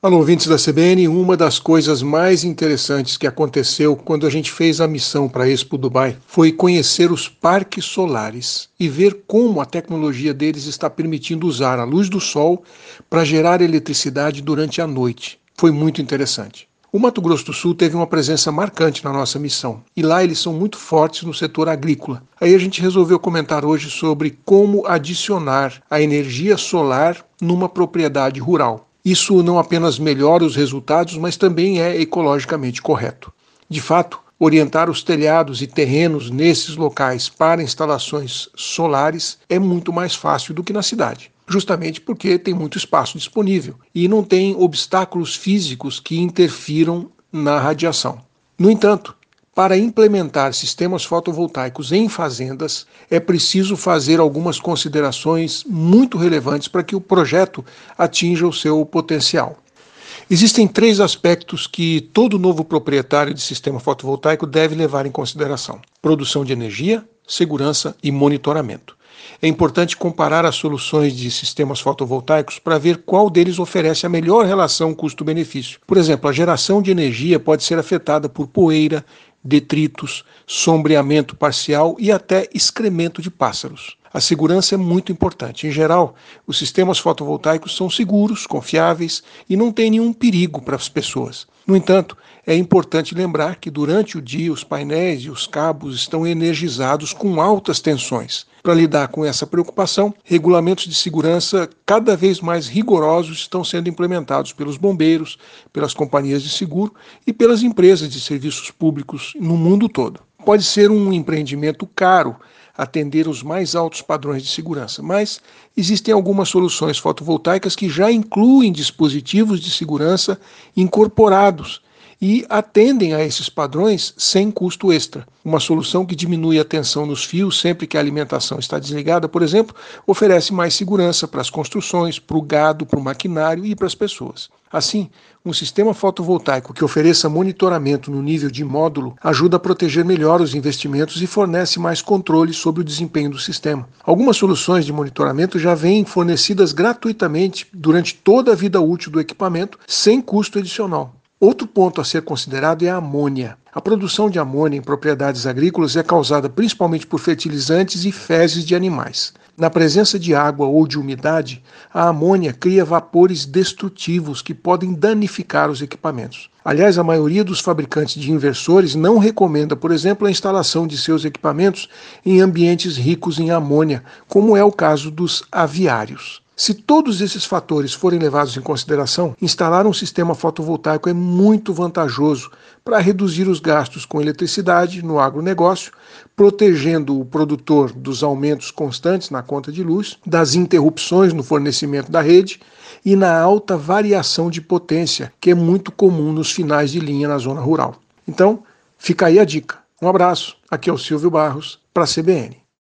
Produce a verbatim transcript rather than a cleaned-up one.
Alô, ouvintes da C B N, uma das coisas mais interessantes que aconteceu quando a gente fez a missão para a Expo Dubai foi conhecer os parques solares e ver como a tecnologia deles está permitindo usar a luz do sol para gerar eletricidade durante a noite. Foi muito interessante. O Mato Grosso do Sul teve uma presença marcante na nossa missão, e lá eles são muito fortes no setor agrícola. Aí a gente resolveu comentar hoje sobre como adicionar a energia solar numa propriedade rural. Isso não apenas melhora os resultados, mas também é ecologicamente correto. De fato, orientar os telhados e terrenos nesses locais para instalações solares é muito mais fácil do que na cidade, justamente porque tem muito espaço disponível e não tem obstáculos físicos que interfiram na radiação. No entanto, para implementar sistemas fotovoltaicos em fazendas, é preciso fazer algumas considerações muito relevantes para que o projeto atinja o seu potencial. Existem três aspectos que todo novo proprietário de sistema fotovoltaico deve levar em consideração: produção de energia, segurança e monitoramento. É importante comparar as soluções de sistemas fotovoltaicos para ver qual deles oferece a melhor relação custo-benefício. Por exemplo, a geração de energia pode ser afetada por poeira, detritos, sombreamento parcial e até excremento de pássaros. A segurança é muito importante. Em geral, os sistemas fotovoltaicos são seguros, confiáveis e não têm nenhum perigo para as pessoas. No entanto, é importante lembrar que durante o dia os painéis e os cabos estão energizados com altas tensões. Para lidar com essa preocupação, regulamentos de segurança cada vez mais rigorosos estão sendo implementados pelos bombeiros, pelas companhias de seguro e pelas empresas de serviços públicos no mundo todo. Pode ser um empreendimento caro atender os mais altos padrões de segurança, mas existem algumas soluções fotovoltaicas que já incluem dispositivos de segurança incorporados e atendem a esses padrões sem custo extra. Uma solução que diminui a tensão nos fios sempre que a alimentação está desligada, por exemplo, oferece mais segurança para as construções, para o gado, para o maquinário e para as pessoas. Assim, um sistema fotovoltaico que ofereça monitoramento no nível de módulo ajuda a proteger melhor os investimentos e fornece mais controle sobre o desempenho do sistema. Algumas soluções de monitoramento já vêm fornecidas gratuitamente durante toda a vida útil do equipamento, sem custo adicional. Outro ponto a ser considerado é a amônia. A produção de amônia em propriedades agrícolas é causada principalmente por fertilizantes e fezes de animais. Na presença de água ou de umidade, a amônia cria vapores destrutivos que podem danificar os equipamentos. Aliás, a maioria dos fabricantes de inversores não recomenda, por exemplo, a instalação de seus equipamentos em ambientes ricos em amônia, como é o caso dos aviários. Se todos esses fatores forem levados em consideração, instalar um sistema fotovoltaico é muito vantajoso para reduzir os gastos com eletricidade no agronegócio, protegendo o produtor dos aumentos constantes na conta de luz, das interrupções no fornecimento da rede e na alta variação de potência, que é muito comum nos finais de linha na zona rural. Então, fica aí a dica. Um abraço, aqui é o Silvio Barros, para a C B N.